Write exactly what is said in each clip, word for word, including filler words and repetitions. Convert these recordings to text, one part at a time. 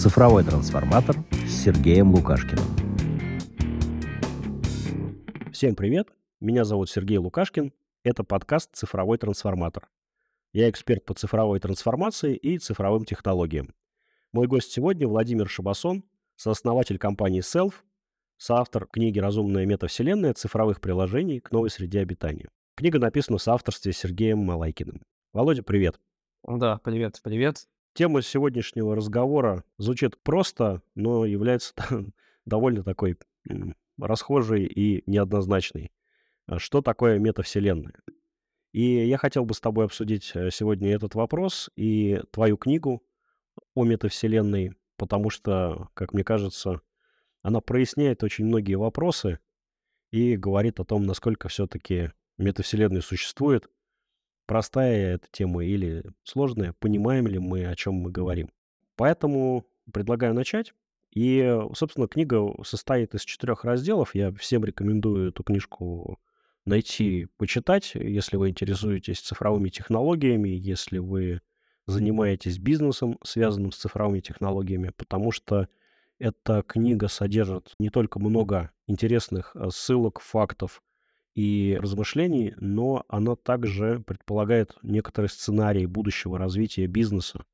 Цифровой трансформатор с Сергеем Лукашкиным. Всем привет! Меня зовут Сергей Лукашкин. Это подкаст «Цифровой трансформатор». Я эксперт по цифровой трансформации и цифровым технологиям. Мой гость сегодня Владимир Шабасон, сооснователь компании Self, соавтор книги «Разумная метавселенная. Цифровых приложений к новой среде обитания». Книга написана в соавторстве с Сергеем Малайкиным. Володя, привет! Да, привет, привет. Тема сегодняшнего разговора звучит просто, но является довольно такой м, расхожей и неоднозначной. А Что такое метавселенная? И я хотел бы с тобой обсудить э, сегодня этот вопрос и твою книгу о метавселенной, потому что, как мне кажется, она проясняет очень многие вопросы и говорит о том, насколько все-таки метавселенная существует, простая эта тема или сложная, понимаем ли мы, о чем мы говорим. Поэтому предлагаю начать. И, э, собственно, книга состоит из четырех разделов. Я всем рекомендую эту книжку найти, почитать, если вы интересуетесь цифровыми технологиями, если вы занимаетесь бизнесом, связанным с цифровыми технологиями, потому что эта книга содержит не только много интересных э, ссылок, фактов и размышлений, но она также предполагает некоторые сценарии будущего развития бизнеса.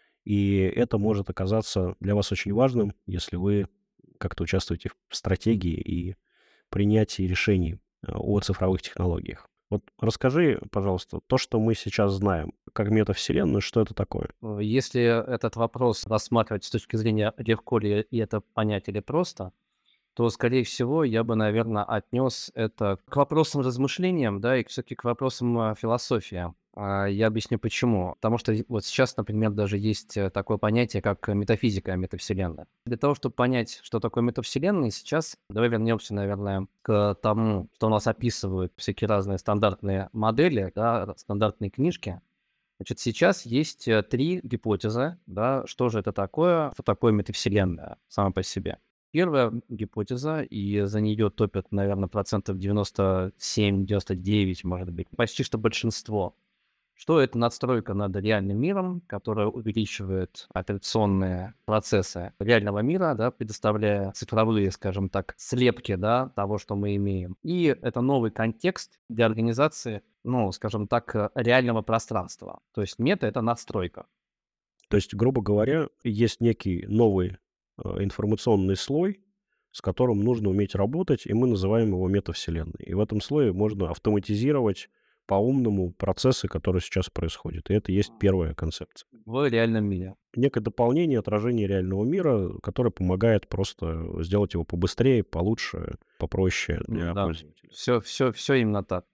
И это может оказаться для вас очень важным, если вы как-то участвуете в стратегии и принятии решений э, о цифровых технологиях. Вот расскажи, пожалуйста, то, что мы сейчас знаем, как метавселенную, что это такое? Э, Если этот вопрос рассматривать с точки зрения легко ли и это понять или просто, то, скорее всего, я бы, наверное, отнес это к вопросам размышлениям, да, и все-таки к вопросам а, философии. А, Я объясню почему. Потому что вот сейчас, например, даже есть э, такое понятие, как э, метафизика метавселенной. Для того, чтобы понять, что такое метавселенная, сейчас давай вернемся, наверное, к тому, что у нас описывают всякие разные стандартные модели, да, стандартные книжки. Значит, сейчас есть э, три гипотезы, да, что же это такое, что такое метавселенная сама по себе. Первая гипотеза, и за нее топят, наверное, процентов девяносто семь девяносто девять, может быть, почти что большинство, что это надстройка над реальным миром, которая увеличивает операционные процессы реального мира, да, предоставляя цифровые, скажем так, слепки, да, того, что мы имеем. И это новый контекст для организации, ну, скажем так, э, реального пространства. То есть мета — это надстройка. То есть, грубо говоря, есть некий новый э, информационный слой, с которым нужно уметь работать, и мы называем его метавселенной. И в этом слое можно автоматизировать по-умному процессы, которые сейчас происходят. И это есть первая концепция. В реальном мире. Некое дополнение, отражение реального мира, которое помогает просто сделать его побыстрее, получше, попроще для Да, пользователя. все, все, все именно так.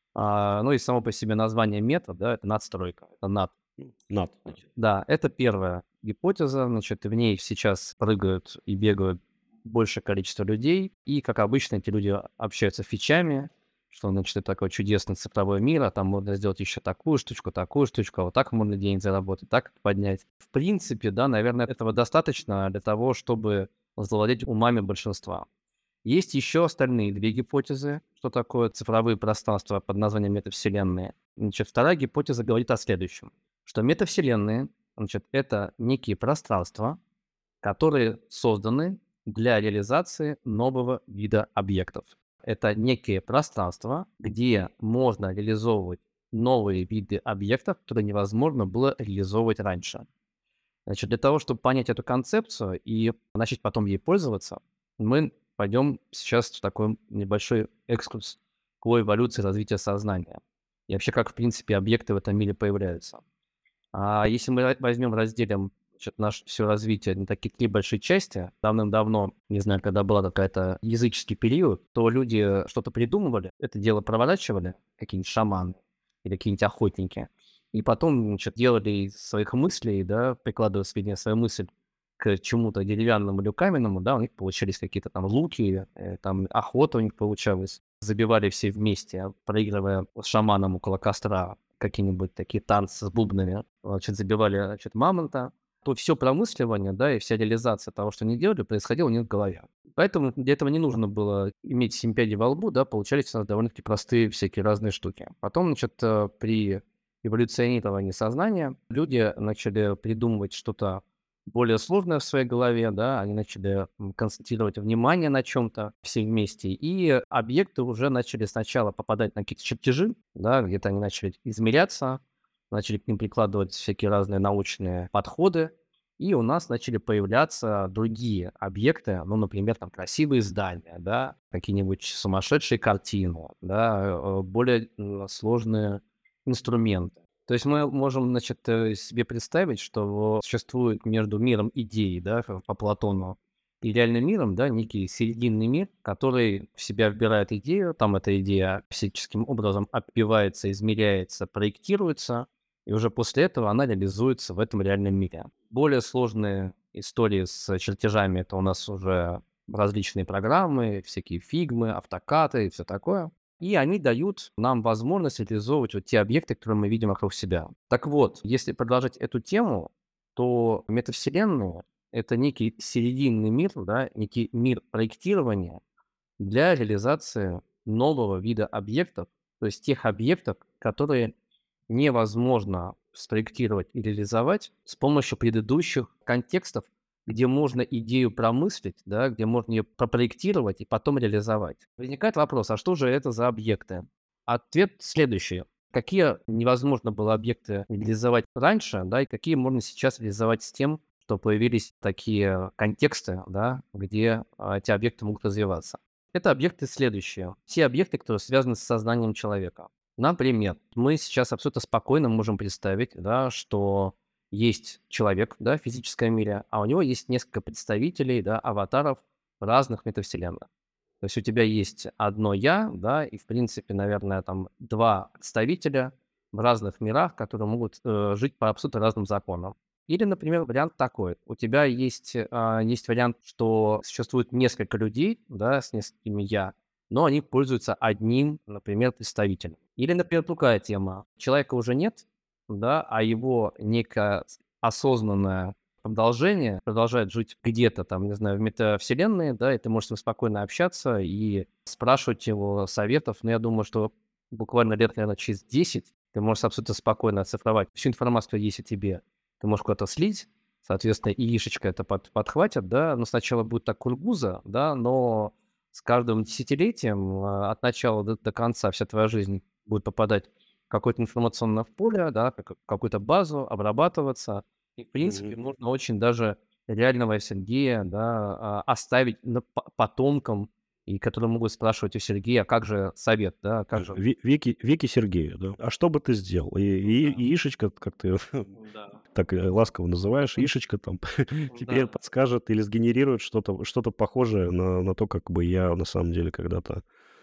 А, ну и само по себе название мета, да, это надстройка, это над. М, Над. Да, это первая гипотеза, значит, в ней сейчас прыгают и бегают большее количество людей, и, как обычно, эти люди общаются фичами, что, значит, это такой чудесный цифровой мир, а там можно сделать еще такую штучку, такую штучку, а вот так можно денег заработать, так поднять. В принципе, да, наверное, этого достаточно для того, чтобы завладеть умами большинства. Есть еще остальные две гипотезы, что такое цифровые пространства под названием метавселенные. Значит, вторая гипотеза говорит о следующем, что метавселенные, значит, это некие пространства, которые созданы для реализации нового вида объектов. Это некие пространства, где можно реализовывать новые виды объектов, которые невозможно было реализовывать раньше. Значит, для того, чтобы понять эту концепцию и начать потом ей пользоваться, мы пойдем сейчас в такой небольшой экскурс по эволюции развития сознания. И вообще, как, в принципе, объекты в этом мире появляются. А если мы ра- возьмем, разделим значит, наше все развитие на такие три большие части, давным-давно, не знаю, когда была какая-то языческий период, то люди что-то придумывали, это дело проворачивали, какие-нибудь шаманы или какие-нибудь охотники, и потом, значит, делали из своих мыслей, да, прикладывая сведения свою мысль к чему-то деревянному или каменному, да, у них получались какие-то там луки, э, там охота у них получалась. Забивали все вместе, проигрывая с шаманом около костра какие-нибудь такие танцы с бубнами, значит, забивали, значит, мамонта, то все промысливание, да, и вся реализация того, что они делали, происходило у них в голове. Поэтому для этого не нужно было иметь семь пядей во лбу, да, получались у нас довольно-таки простые всякие разные штуки. Потом, значит, э, при эволюционировании сознания люди начали придумывать что-то более сложное в своей голове, да, они начали м, концентрировать внимание на чем-то все вместе, и объекты уже начали сначала попадать на какие-то чертежи, да, где-то они начали измеряться, начали к ним прикладывать всякие разные научные подходы, и у нас начали появляться другие объекты, ну, например, там красивые здания, да, какие-нибудь сумасшедшие картины, да, э, более м, сложные инструменты. То есть мы можем, значит, э, себе представить, что существует между миром идей, да, как по Платону, и реальным миром, да, некий серединный мир, который в себя вбирает идею, там эта идея всяческим образом отбивается, измеряется, проектируется, и уже после этого она реализуется в этом реальном мире. Более сложные истории с чертежами — это у нас уже различные программы, всякие фигмы, автокаты и все такое. И они дают нам возможность реализовывать вот те объекты, которые мы видим вокруг себя. Так вот, если продолжать эту тему, то метавселенная — это некий серединный мир, да, некий мир проектирования для реализации нового вида объектов, то есть тех объектов, которые невозможно спроектировать и реализовать с помощью предыдущих контекстов, где можно идею промыслить, да, где можно ее пропроектировать и потом реализовать. Возникает вопрос, а что же это за объекты? Ответ следующий. Какие невозможно было объекты реализовать раньше, да, и какие можно сейчас реализовать с тем, что появились такие контексты, да, где а, эти объекты могут развиваться. Это объекты следующие. Все объекты, которые связаны с сознанием человека. Например, мы сейчас абсолютно спокойно можем представить, да, что есть человек, да, в физическом мире, а у него есть несколько представителей, да, аватаров в разных метавселенных. То есть у тебя есть одно «я», да, и, в принципе, наверное, там два представителя в разных мирах, которые могут э, жить по абсолютно разным законам. Или, например, вариант такой. У тебя есть, а, есть вариант, что существует несколько людей, да, с несколькими «я», но они пользуются одним, например, представителем. Или, например, другая тема. Человека уже нет, да, а его некое с- осознанное продолжение продолжает жить где-то там, не знаю, в метавселенной, да, и ты можешь с ним спокойно общаться и спрашивать его советов. Но я думаю, что буквально лет, наверное, через десять ты можешь абсолютно спокойно оцифровать всю информацию, которая есть о тебе. Ты можешь куда-то слить, соответственно, и яишечко это под- подхватят, да, но сначала будет так кургуза, да, но с каждым десятилетием а, от начала до, до конца вся твоя жизнь будет попадать в какое-то информационное поле, да, как- в какую-то базу, обрабатываться. И, в принципе, Мгм. можно очень даже реального Сергея, да, а, оставить на по- потомкам, и которые могут спрашивать у Сергея, а как же совет, да, как Э, же... Ви Вики Вики Сергею, да. А что бы ты сделал? И и Да, яишечко, как ты да, так, э, ласково называешь, яишечко там теперь да. подскажет или сгенерирует что-то что-то похожее на на то, как бы я на самом деле когда-то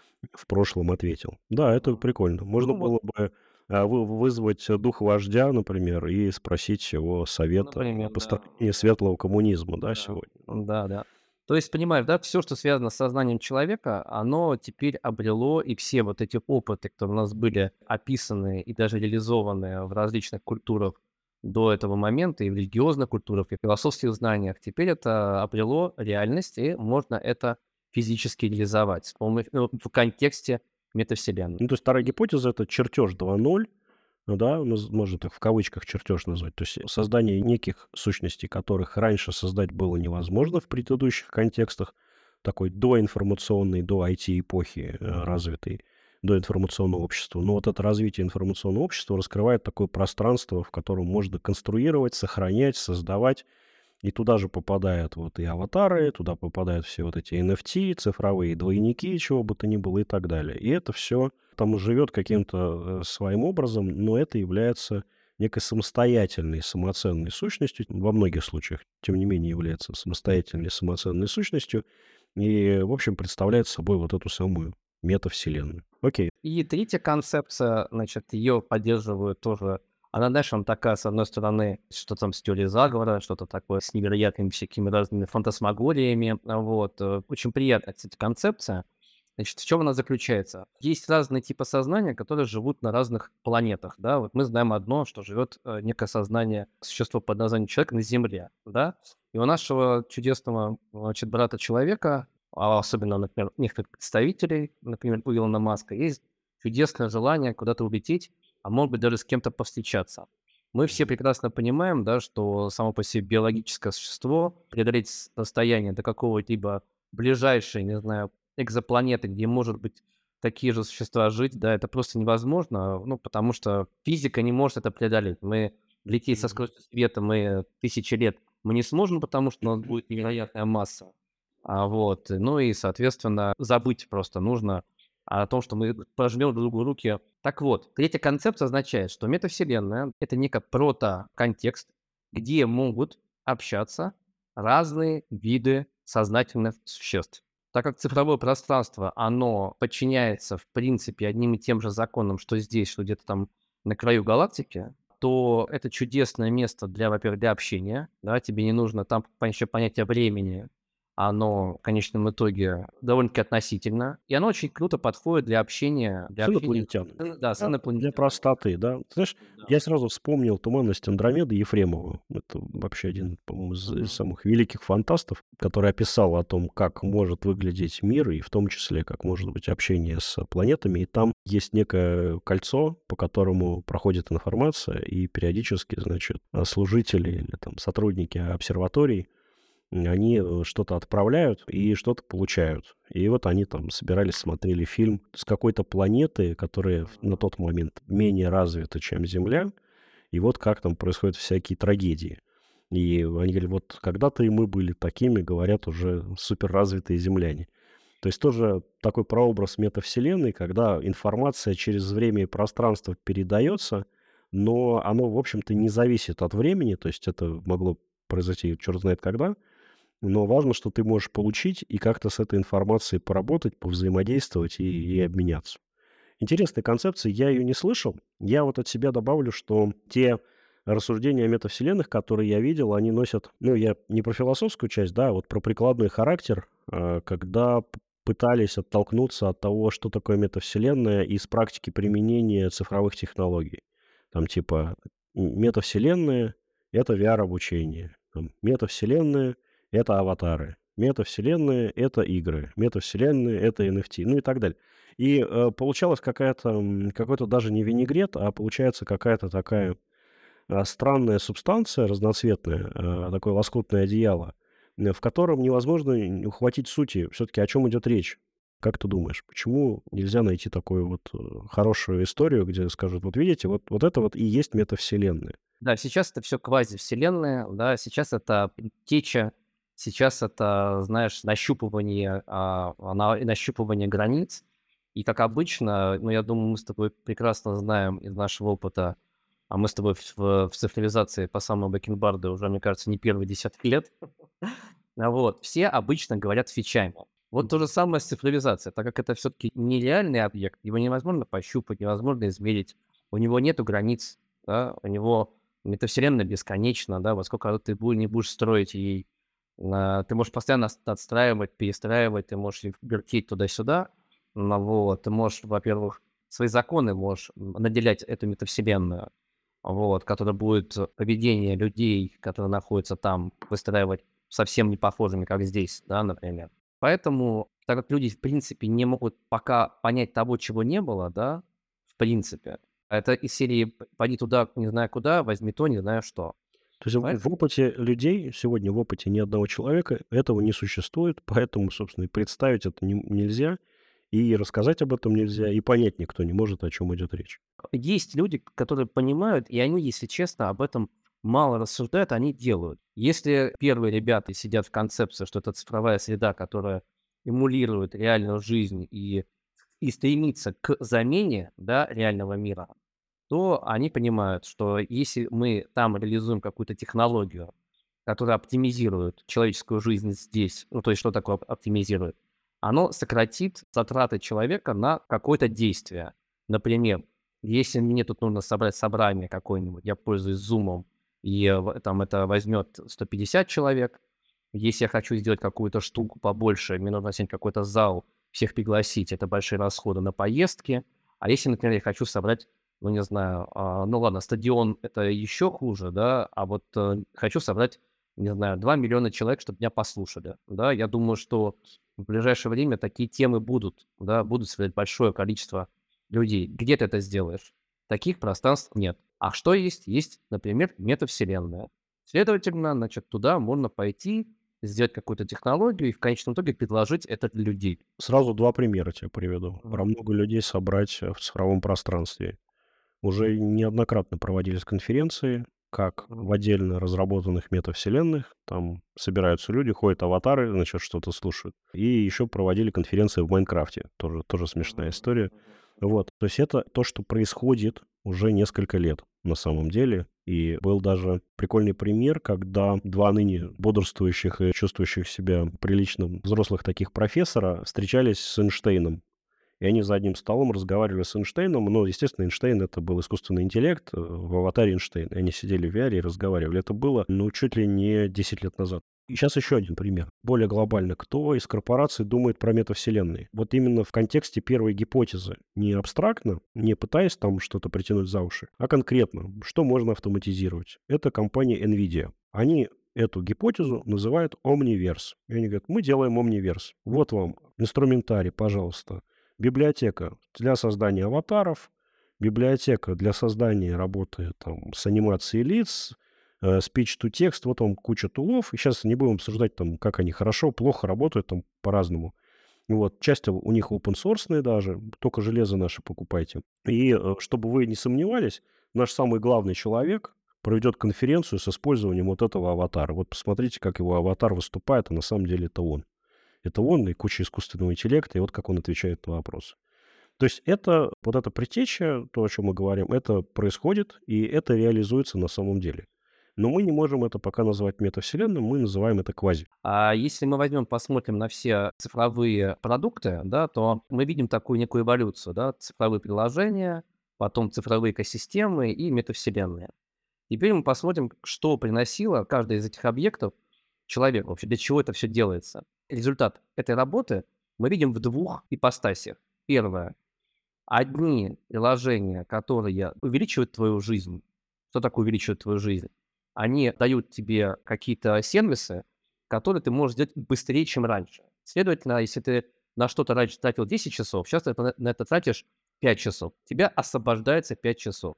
в прошлом ответил. Да, это Мгм. прикольно. Можно Ну вот, было бы, а, вы вызвать э, духа вождя, например, и спросить его совета о например, да. построении светлого коммунизма, да, Да, сегодня. да-да. То есть, понимаешь, да, все, что связано с сознанием человека, оно теперь обрело, и все вот эти опыты, которые у нас были описаны и даже реализованы в различных культурах до этого момента, и в религиозных культурах, и в философских знаниях, теперь это обрело реальность, и можно это физически реализовать с помощью, ну, в контексте метавселенной. Ну, то есть вторая И гипотеза — это чертеж два ноль. Ну да, наз можно так в кавычках чертеж назвать. То есть создание неких сущностей, которых раньше создать было невозможно в предыдущих контекстах, такой доинформационной, до I T-эпохи, э, развитой, до информационного общества. Но вот это развитие информационного общества раскрывает такое пространство, в котором можно конструировать, сохранять, создавать. И туда же попадают вот и аватары, туда попадают все вот эти Н F T, цифровые двойники, чего бы то ни было и так далее. И это все там живет каким-то э, своим образом, но это является некой самостоятельной, самоценной сущностью, во многих случаях, тем не менее, является самостоятельной, самоценной сущностью, и, в общем, представляет собой вот эту самую метавселенную. Окей. И третья концепция, значит, ее поддерживают тоже. Она, знаешь, она такая, с одной стороны, что там с теорией заговора, что-то такое с невероятными всякими разными фантасмагориями. а, Вот. э, Очень приятная, кстати, концепция. Значит, в чем она заключается? Есть разные типы сознания, которые живут на разных планетах, да. Вот мы знаем одно, что живет э, некое сознание, существо под названием человек на Земле, да. И у нашего чудесного, значит, брата-человека, а особенно, например, некоторых представителей, например, у Илона Маска, есть чудесное желание куда-то улететь, а может быть, даже с кем-то повстречаться. Мы все Мгм. прекрасно понимаем, да, что само по себе биологическое существо, преодолеть с расстояние до какого-либо ближайшей, не знаю, экзопланеты, где, может быть, такие же существа жить, да, это просто невозможно, ну, потому что физика не может это преодолеть. Мы лететь со Мгм. скоростью света мы тысячи лет мы не сможем, потому что у нас будет невероятная масса. А, вот, ну и, соответственно, забыть просто нужно о том, что мы пожмем друг другу руки. Так вот, третья концепция означает, что метавселенная — это некий прото-контекст, где могут общаться разные виды сознательных существ. Так как цифровое пространство, оно подчиняется, в принципе, одним и тем же законам, что здесь, что где-то там на краю галактики, то это чудесное место для, во-первых, для общения, да, тебе не нужно там по еще понятие времени, оно в конечном итоге довольно-таки относительно, и оно очень круто подходит для общения для С общения, инопланетянами. э, да, с Да, для инопланетянами. простоты, да. Ты знаешь, Да. я сразу вспомнил "Туманность Андромеды" Ефремова. Это вообще один, по-моему, из из Мгм. самых великих фантастов, который описал о том, как может выглядеть мир, и в том числе, как может быть общение с планетами. И там есть некое кольцо, по которому проходит информация, и периодически, значит, а, служители или там сотрудники обсерваторий, м, они, э, что-то отправляют и что-то получают. И вот они там собирались, смотрели фильм с какой-то планеты, которая в на Мгм. тот момент менее развита, чем Земля, и вот как там происходят всякие трагедии. И они говорили: "Вот когда-то и мы были такими, говорят уже суперразвитые земляне". То есть тоже такой прообраз метавселенной, когда информация через время и пространство передается, но оно, в общем-то, не зависит от времени, то есть это могло произойти черт знает когда, но важно, что ты можешь получить и как-то с этой информацией поработать, повзаимодействовать и и обменяться. Интересная концепция, я ее не слышал. Я вот от себя добавлю, что те рассуждения о метавселенных, которые я видел, они носят, ну, я не про философскую часть, да, а вот про прикладной характер, э, когда п- пытались оттолкнуться от того, что такое метавселенная, из практики применения цифровых технологий. Там типа м, метавселенная — это V R-обучение, метавселенная — это аватары, метавселенная — это игры, метавселенная — это N F T, ну и так далее. И, э, получалась какая-то, м, какой-то даже не винегрет, а получается какая-то такая, а, странная субстанция разноцветная, а, такое лоскутное одеяло, э, в котором невозможно н ухватить сути. Все таки о чем идет речь? Как ты думаешь, почему нельзя найти такую вот, э, хорошую историю, где скажут: "Вот видите, вот вот это вот и есть метавселенная"? Да, сейчас это все квазивселенная, да, сейчас это предтеча, сейчас это, знаешь, нащупывание, а, на нащупывание границ. И как обычно, ну, я думаю, мы с тобой прекрасно знаем из нашего опыта, а мы с тобой в в в цифровизации по самые бакенбарды уже, мне кажется, не первый десяток лет. А вот, все обычно говорят фичами. Вот то же самое с цифровизацией, так как это все-таки нереальный объект, его невозможно пощупать, невозможно измерить, у него нету границ, да, у него метавселенная бесконечна, да, во сколько ты бу- не будешь строить ей, а, ты можешь постоянно ос- отстраивать, перестраивать, ты можешь их вертеть туда-сюда, ну, вот, ты можешь, во-первых, свои законы можешь м, наделять эту метавселенную, вот, которая будет э, поведение людей, которые находятся там, выстраивать совсем не похожими, как здесь, да, например. Поэтому, так как люди, в принципе, не могут пока понять того, чего не было, да, в принципе, это из серии п "пойди туда, не знаю куда, возьми то, не знаю что". То есть в в Поэтому опыте людей, сегодня в опыте ни одного человека этого не существует, поэтому, собственно, и представить это не нельзя, и рассказать об этом нельзя, и понять никто не может, о чем идет речь. есть люди, которые понимают, и они, если честно, об этом мало рассуждают, они делают. Если первые ребята сидят в концепции, что это цифровая среда, которая эмулирует реальную жизнь и и стремится к замене, да, реального мира, то они понимают, что если мы там реализуем какую-то технологию, которая оптимизирует человеческую жизнь здесь, ну, то есть что такое оп- оптимизирует? Оно сократит затраты человека на какое-то действие. Например, если мне тут нужно собрать собрание какое-нибудь, я пользуюсь Zoom, и э, в- там это возьмет сто пятьдесят человек. Если я хочу сделать какую-то штуку побольше, мне нужно снять какой-то зал, всех пригласить, это большие расходы на поездки. А если, например, я хочу собрать, ну, не знаю, а, ну ладно, стадион — это еще хуже, да, а вот э, хочу собрать, не знаю, два миллиона человек, чтобы меня послушали, да. Я думаю, что в ближайшее время такие темы будут, да, будут собирать большое количество людей. Где ты это сделаешь? Таких пространств нет. А что есть? Есть, например, метавселенная. Следовательно, значит, туда можно пойти, сделать какую-то технологию и в конечном итоге предложить это для людей. Сразу два примера тебе приведу. Про Мгм. много людей собрать э, в цифровом пространстве. Уже неоднократно проводились конференции, как Мгм. в отдельно разработанных метавселенных. Там собираются люди, ходят аватары, значит, что-то слушают. И еще проводили конференции в Майнкрафте. Тоже, тоже смешная Мгм. история. Мгм. Мгм. Вот. То есть это то, что происходит уже несколько лет на самом деле. И был даже прикольный пример, когда два ныне бодрствующих и чувствующих себя прилично взрослых таких профессора встречались с Эйнштейном. И они за одним столом разговаривали с Эйнштейном. Ну, естественно, Эйнштейн — это был искусственный интеллект э, в аватаре Эйнштейна. И они сидели в ви ар и разговаривали. Это было, ну, чуть ли не десять лет назад. И сейчас еще один пример. Более глобально. Кто из корпораций думает про метавселенные? Вот именно в контексте первой гипотезы. Не абстрактно, не пытаясь там что-то притянуть за уши, а конкретно. Что можно автоматизировать? Это компания NVIDIA. Они эту гипотезу называют Omniverse. И они говорят, мы делаем Omniverse. Вот вам инструментарий, пожалуйста. Библиотека для создания аватаров, библиотека для создания работы там, с анимацией лиц, э, speech-to-text, вот вам куча тулов. И сейчас не будем обсуждать, там, как они хорошо, плохо работают там по-разному. Вот, часть у них open source даже, только железо наше покупайте. И э, чтобы вы не сомневались, наш самый главный человек проведет конференцию с использованием вот этого аватара. Вот посмотрите, как его аватар выступает, а на самом деле это он. Это он и куча искусственного интеллекта, и вот как он отвечает на вопросы. То есть это, вот эта предтеча, то, о чем мы говорим, это происходит, и это реализуется на самом деле. Но мы не можем это пока назвать метавселенным, мы называем это квази. А если мы возьмем, посмотрим на все цифровые продукты, да, то мы видим такую некую эволюцию, да, цифровые приложения, потом цифровые экосистемы и метавселенные. Теперь мы посмотрим, что приносило каждый из этих объектов человеку, вообще для чего это все делается. Результат этой работы мы видим в двух ипостасях. Первое. Одни приложения, которые увеличивают твою жизнь. Что такое увеличивает твою жизнь? Они дают тебе какие-то сервисы, которые ты можешь сделать быстрее, чем раньше. Следовательно, если ты на что-то раньше тратил десять часов, сейчас ты на на это тратишь пять часов. У тебя освобождается пять часов.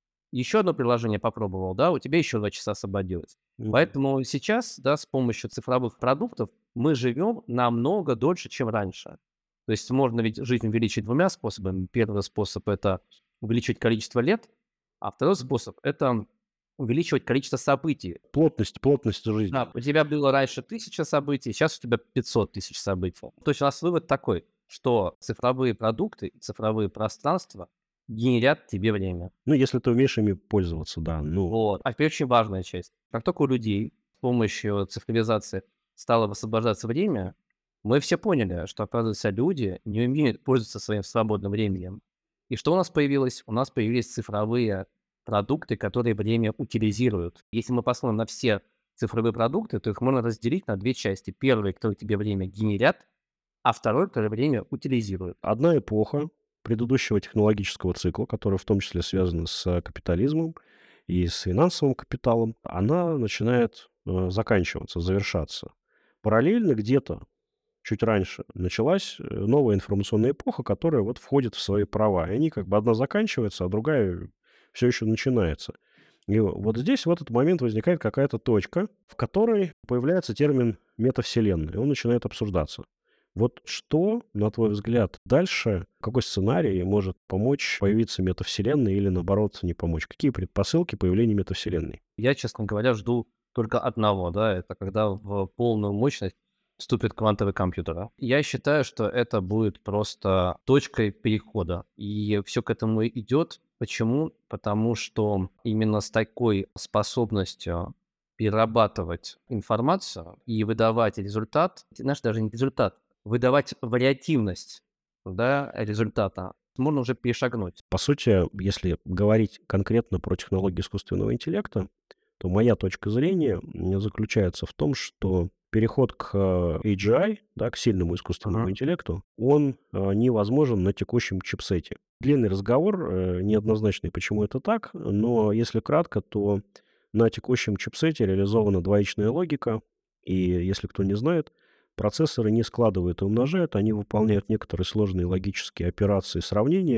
Еще одно приложение попробовал, да, у тебя еще два часа освободилось. Мгм. Поэтому сейчас, да, с помощью цифровых продуктов мы живем намного дольше, чем раньше. То есть можно ведь жизнь увеличить двумя способами. Первый способ — это увеличивать количество лет, а второй способ — это увеличивать количество событий. Плотность, плотность жизни. Да, у тебя было раньше тысяча событий, сейчас у тебя пятьсот тысяч событий. То есть у нас вывод такой, что цифровые продукты и цифровые пространства генерят тебе время. Ну, если ты умеешь ими пользоваться, да. Ну, Вот. А теперь очень важная часть. Как только у людей с помощью цифровизации стало высвобождаться время, мы все поняли, что, оказывается, люди не умеют пользоваться своим свободным временем. И что у нас появилось? У нас появились цифровые продукты, которые время утилизируют. Если мы посмотрим на все цифровые продукты, то их можно разделить на две части. Первый, которые тебе время генерят, а второй, который время утилизирует. одна эпоха предыдущего технологического цикла, которая в том числе связана с э, капитализмом и с финансовым капиталом, она начинает э, заканчиваться, завершаться. Параллельно где-то чуть раньше началась э, новая информационная эпоха, которая вот входит в свои права. И они как бы одна заканчивается, а другая все еще начинается. И вот здесь в этот момент возникает какая-то точка, в которой появляется термин метавселенная, и он начинает обсуждаться. Вот что, на твой взгляд, дальше, какой сценарий может помочь появиться метавселенной или, наоборот, не помочь? Какие предпосылки появления метавселенной? Я, честно говоря, жду только одного, да, это когда в полную мощность вступит квантовый компьютер. Да. Я считаю, что это будет просто точкой перехода, и все к этому идет. Почему? Потому что именно с такой способностью перерабатывать информацию и выдавать результат, знаешь, даже не результат, выдавать вариативность, да, результата, можно уже перешагнуть. По сути, если говорить конкретно про технологии искусственного интеллекта, то моя точка зрения м, заключается в том, что переход к э, эй джи ай, да, к сильному искусственному интеллекту, он э, невозможен на текущем чипсете. Длинный разговор, э, неоднозначный, почему это так, но если кратко, то на текущем чипсете реализована двоичная логика, и если кто не знает, процессоры не складывают и умножают, они выполняют некоторые сложные логические операции сравнения,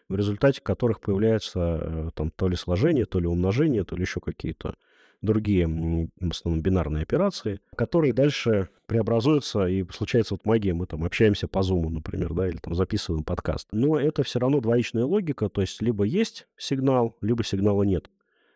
в результате которых появляется э, там то ли сложение, то ли умножение, то ли еще какие-то другие, м, в основном бинарные операции, которые дальше преобразуются, и случается вот магия, мы там общаемся по зуму, например, да, или там записываем подкаст. Но это все равно двоичная логика, то есть либо есть сигнал, либо сигнала нет.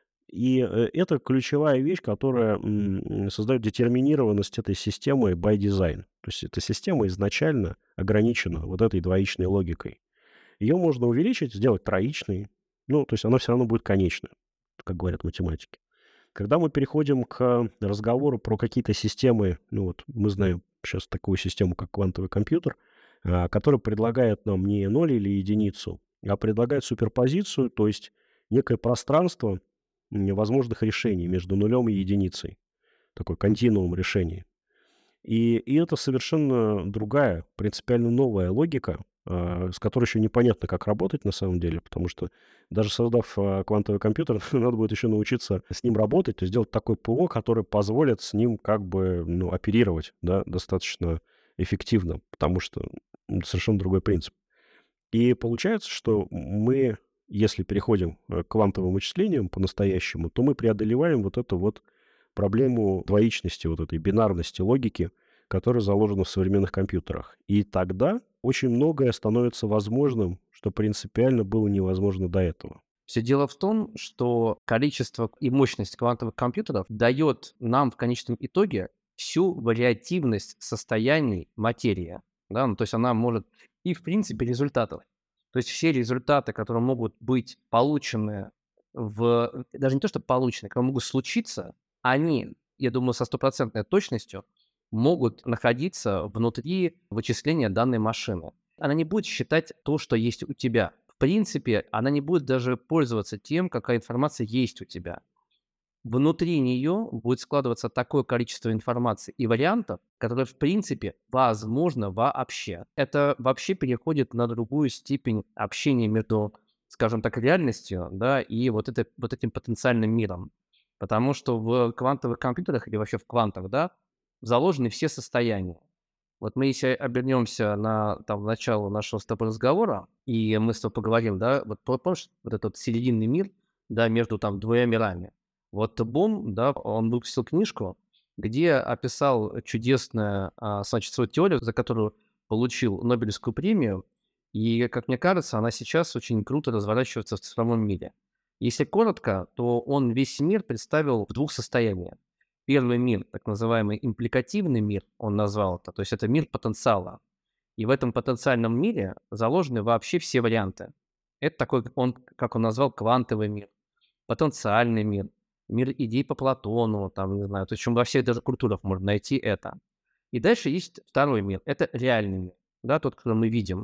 И э, это ключевая вещь, которая м, создает детерминированность этой системы by design. То есть эта система изначально ограничена вот этой двоичной логикой. Ее можно увеличить, сделать троичной, ну, то есть она все равно будет конечной, как говорят математики. Когда мы переходим к разговору про какие-то системы, ну вот мы знаем сейчас такую систему, как квантовый компьютер, а, которая предлагает нам не ноль или единицу, а предлагает суперпозицию, то есть некое пространство м, возможных решений между нулем и единицей, такой континуум решений. И, и это совершенно другая, принципиально новая логика, а, с которой еще непонятно, как работать на самом деле, потому что даже создав а, квантовый компьютер, надо будет еще научиться с ним работать, то есть сделать такое ПО, которое позволит с ним как бы ну, оперировать да, достаточно эффективно, потому что м, совершенно другой принцип. И получается, что мы, если переходим э, к квантовым вычислениям по-настоящему, то мы преодолеваем вот эту вот проблему двоичности, вот этой бинарности логики, которая заложена в современных компьютерах. И тогда очень многое становится возможным, что принципиально было невозможно до этого. Все дело в том, что количество и мощность квантовых компьютеров дает нам в конечном итоге всю вариативность состояний материи. Да? Ну, то есть она может и, в принципе, результатов. То есть все результаты, которые могут быть получены в... Даже не то, что получены, которые могут случиться, они, я думаю, со стопроцентной точностью могут находиться внутри вычисления данной машины. Она не будет считать то, что есть у тебя. В принципе, она не будет даже пользоваться тем, какая информация есть у тебя. Внутри нее будет складываться такое количество информации и вариантов, которые, в принципе, возможно вообще. Это вообще переходит на другую степень общения между, скажем так, реальностью, да, и вот, это, вот этим потенциальным миром. Потому что в квантовых компьютерах или вообще в квантах, да, заложены все состояния. Вот мы если обернемся на там начало нашего с тобой разговора, и мы с тобой поговорим, да, вот по- помнишь вот этот серединный мир, да, между там двумя мирами. Вот Бом, да, он выпустил книжку, где описал чудесную, а, значит, свою теорию, за которую получил Нобелевскую премию, и, как мне кажется, она сейчас очень круто разворачивается в цифровом мире. Если коротко, то он весь мир представил в двух состояниях. Первый мир, так называемый импликативный мир, он назвал это, то есть это мир потенциала. И в этом потенциальном мире заложены вообще все варианты. Это такой, он, как он назвал, квантовый мир, потенциальный мир, мир идей по Платону, там, не знаю, то есть во всех даже культурах можно найти это. И дальше есть второй мир, это реальный мир, да, тот, который мы видим.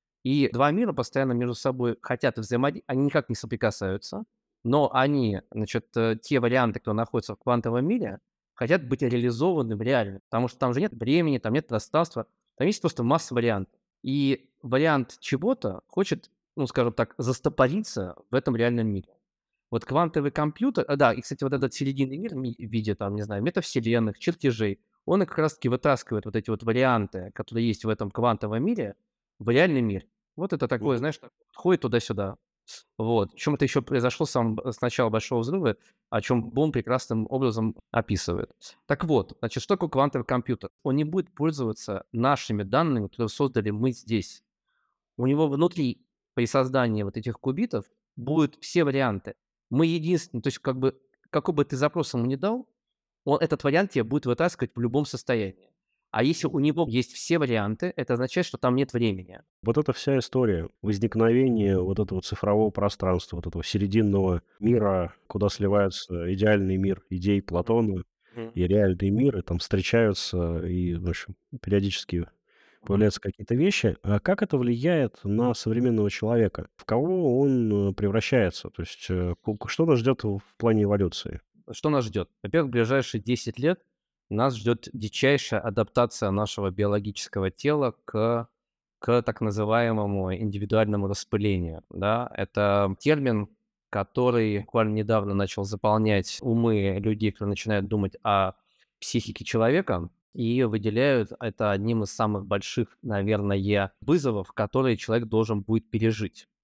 И два мира постоянно между собой хотят взаимодействовать, они никак не соприкасаются, но они, значит, э, те варианты, кто находится в квантовом мире, хотят быть реализованы в реальном, потому что там же нет времени, там нет пространства, там есть просто масса вариантов. И вариант чего-то хочет, ну, скажем так, застопориться в этом реальном мире. Вот квантовый компьютер, а, да, и, кстати, вот этот серединный мир ми- в виде, там, не знаю, метавселенных, чертежей, он и как раз-таки вытаскивает вот эти вот варианты, которые есть в этом квантовом мире, в реальный мир. Вот это такое, Мгм. знаешь, так ходит туда-сюда. Вот. Причем это еще произошло с сам- с начала Большого взрыва, о чем Бом прекрасным образом описывает. Так вот, значит, что такое квантовый компьютер? Он не будет пользоваться нашими данными, которые создали мы здесь. У него внутри при создании вот этих кубитов будут все варианты. Мы единственный, то есть как бы какой бы ты запрос ему ни дал, он этот вариант тебе будет вытаскивать в любом состоянии. А если у него есть все варианты, это означает, что там нет времени. Вот эта вся история возникновения вот этого цифрового пространства, вот этого серединного мира, куда сливаются идеальный мир идей Платона Мгм. и реальный мир, и там встречаются, и, в общем, периодически Мгм. появляются какие-то вещи. А как это влияет на современного человека? В кого он э, превращается? То есть э, ку- что нас ждет в плане эволюции? Что нас ждет? Во-первых, в ближайшие десять лет нас ждет дичайшая адаптация нашего биологического тела к, к так называемому индивидуальному распылению. Да? Это термин, который буквально недавно начал заполнять умы людей, которые начинают думать о психике человека, и выделяют это одним из самых больших, наверное, вызовов, которые человек должен будет пережить.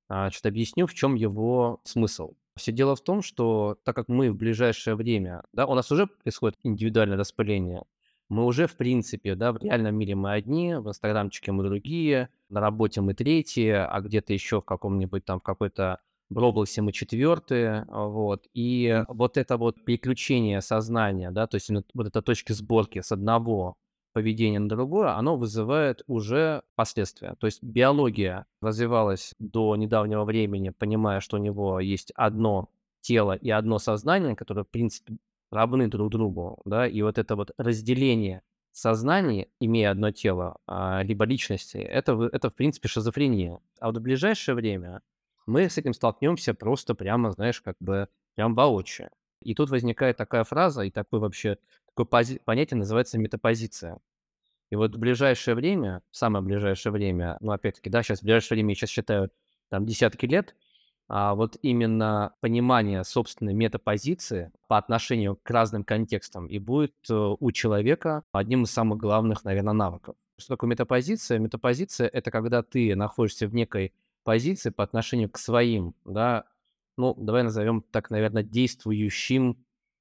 А, чё-то объясню, в чем его смысл. Всё дело в том, что так как мы в ближайшее время, да, у нас уже происходит индивидуальное распыление, мы уже, в принципе, да, в реальном мире мы одни, в "Инстаграмчике" мы другие, на работе мы третьи, а где-то еще в каком-нибудь там, в какой-то в "Роблоксе" мы четвертые. А, вот. И вот это вот переключение сознания, да, то есть именно вот эта точки сборки с одного поведения на другое, оно вызывает уже последствия. То есть биология развивалась до недавнего времени, понимая, что у него есть одно тело и одно сознание, которые, в принципе, равны друг другу, да. И вот это вот разделение сознаний, имея одно тело, а, либо личности, это в это, в принципе, шизофрения. А вот в ближайшее время мы с этим столкнемся просто прямо, знаешь, как бы прям воочию. И тут возникает такая фраза и такой вообще такое пози понятие называется метапозиция. И вот в ближайшее время, в самое ближайшее время, ну, опять-таки, да, щас в ближайшее время я щас считаю там десятки лет, а вот именно понимание собственной метапозиции по отношению к разным контекстам и будет, э, у человека одним из самых главных, наверно, навыков. Что такое метапозиция? Метапозиция- это когда ты находишься в некой позиции по отношению к своим, да, ну, давай назовем так, наверно, действующим,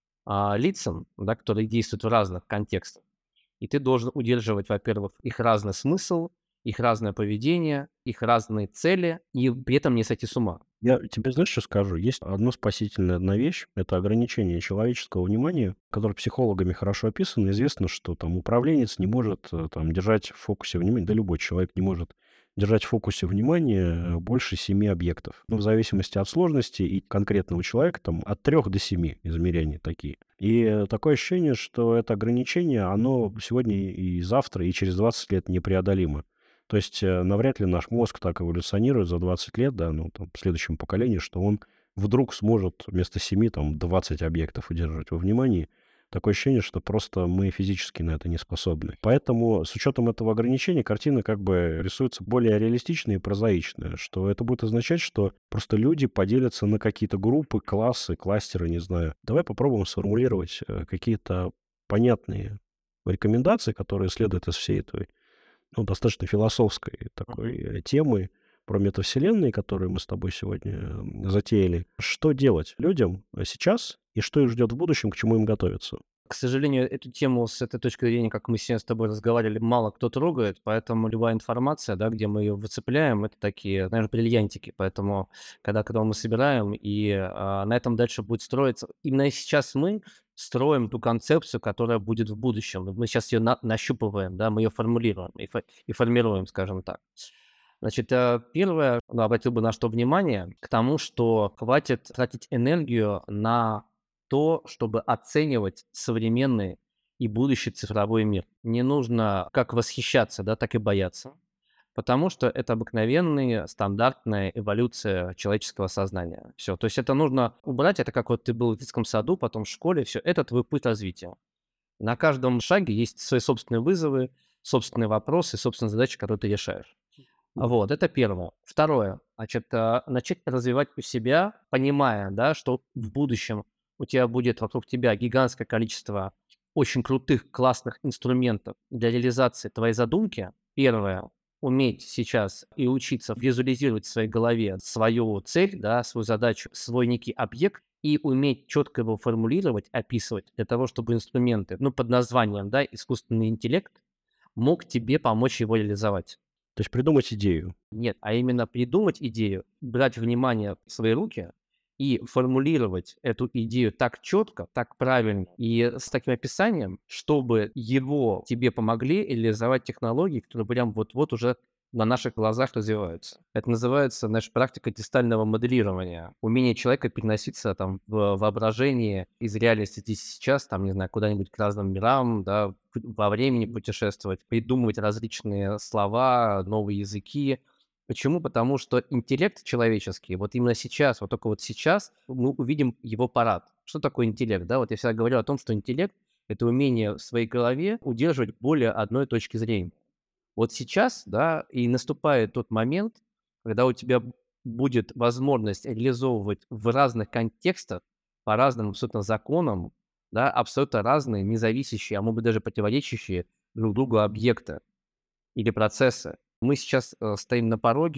а, лицам, да, которые действуют в разных контекстах. И ты должен удерживать, во-первых, их разный смысл, их разное поведение, их разные цели и при этом не сойти с ума. Я тебе знаешь, что скажу? Есть одна спасительная одна вещь- это ограничение человеческого внимания, которое психологами хорошо описано. Известно, что там управленец не может, э, там держать в фокусе внимания, да любой человек не может держать в фокусе внимания, э, больше семи объектов. Ну, в зависимости от сложности и конкретного человека, там от трех до семи измерения такие. И, э, такое ощущение, что это ограничение, оно сегодня и завтра, и через двадцать лет непреодолимо. То есть, э, навряд ли наш мозг так эволюционирует за двадцать лет, да, ну, там, в следующем поколении, что он вдруг сможет вместо семи, там, двадцать объектов удерживать во внимании. Такое ощущение, что просто мы физически на это не способны. Поэтому с учетом этого ограничения картина как бы рисуется более реалистичная и прозаичная. Что это будет означать, что просто люди поделятся на какие-то группы, классы, кластеры, не знаю. Давай попробуем сформулировать, э, какие-то понятные рекомендации, которые следуют из всей этой, ну, достаточно философской Мгм. такой, э, темы про метавселенные, которую мы с тобой сегодня, м, затеяли. Что делать людям, э, сейчас и что их ждет в будущем, к чему им готовиться? К сожалению, эту тему с этой точки зрения, как мы сейчас с тобой разговаривали, мало кто трогает, поэтому любая информация, да, где мы ее выцепляем, это такие, знаешь, бриллиантики. Поэтому, когда когда мы собираем, и, а, на этом дальше будет строиться именно сейчас мы строим ту концепцию, которая будет в будущем. Вот мы щас ее на нащупываем, да, мы ее формулируем и фо и формируем, скажем так. Значит, а, первое, ну, обратил бы на что внимание, к тому, что хватит тратить энергию на то, чтобы оценивать современный и будущий цифровой мир. Не нужно как восхищаться, да, так и бояться, потому что это обыкновенные стандартная эволюция человеческого сознания. Всё. То есть это нужно убрать. Это как вот ты был в детском саду, потом в школе. Всё, это твой путь развития. На каждом шаге есть свои собственные вызовы, собственные вопросы, собственные задачи, которые ты решаешь. Вот, это первое. Второе, значит, а, начать развивать у себя, понимая, да, что в будущем у тебя будет вокруг тебя гигантское количество очень крутых, классных инструментов для реализации твоей задумки. Первое- уметь сейчас и учиться визуализировать в своей голове свою цель, да, свою задачу, свой некий объект и уметь четко его формулировать, описывать для того, чтобы инструменты, ну, под названием, да, искусственный интеллект мог тебе помочь его реализовать. То есть придумать идею. Нет, а именно придумать идею, брать внимание в свои руки и формулировать эту идею так четко, так правильно и с таким описанием, чтобы его тебе помогли реализовать технологии, которые прям вот-вот уже на наших глазах развиваются. Это называется, знаешь, практика дистального моделирования. Умение человека переноситься там в воображении из реальности здесь и сейчас, там, не знаю, куда-нибудь к разным мирам, да, п во времени путешествовать, придумывать различные слова, новые языки. Почему? Потому что интеллект человеческий вот именно сейчас, вот тока вот сейчас мы увидим его парад. Что такое интеллект? Да, вот я всегда говорю о том, что интеллект- это умение в своей голове удерживать более одной точки зрения. Вот сейчас, да, и наступает тот момент, когда у тебя б будет возможность реализовывать в разных контекстах, по разным абсолютно законам, да, абсолютно разные, независящие, а может быть, даже противоречащие друг другу объекты или процессы. Мы сейчас, э, стоим на пороге,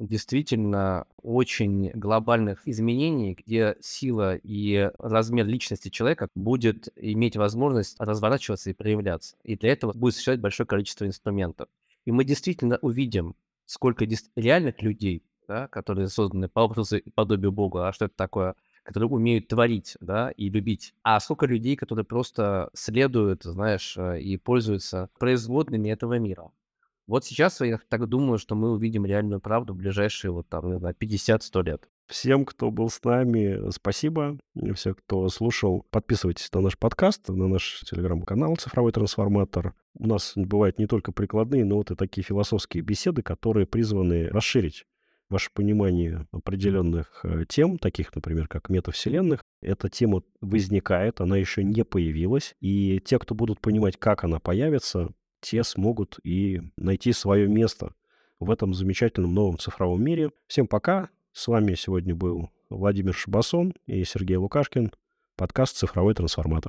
действительно очень глобальных изменений, где сила и размер личности человека будет иметь возможность разворачиваться и проявляться. И для этого будет существовать большое количество инструментов. И мы действительно увидим, сколько дес- реальных людей, да, которые созданы по образу и подобию Бога, а что это такое, которые умеют творить, да, и любить, а сколько людей, которые просто следуют, знаешь, э, и пользуются производными этого мира. Вот сейчас я так думаю, что мы увидим реальную правду в ближайшие вот там, не знаю, пятьдесят-сто лет. Всем, кто был с нами, спасибо. И все, кто слушал, подписывайтесь на наш подкаст, на наш телеграм-канал «Цифровой трансформатор». У нас бывают не только прикладные, но вот и такие философские беседы, которые призваны расширить ваше понимание определенных э, тем, таких, например, как метавселенных. Эта тема возникает, она еще не появилась. И те, кто будут понимать, как она появится, те смогут и найти свое место в этом замечательном новом цифровом мире. Всем пока. С вами сегодня был Владимир Шабасон и Сергей Лукашкин. Подкаст «Цифровой трансформатор».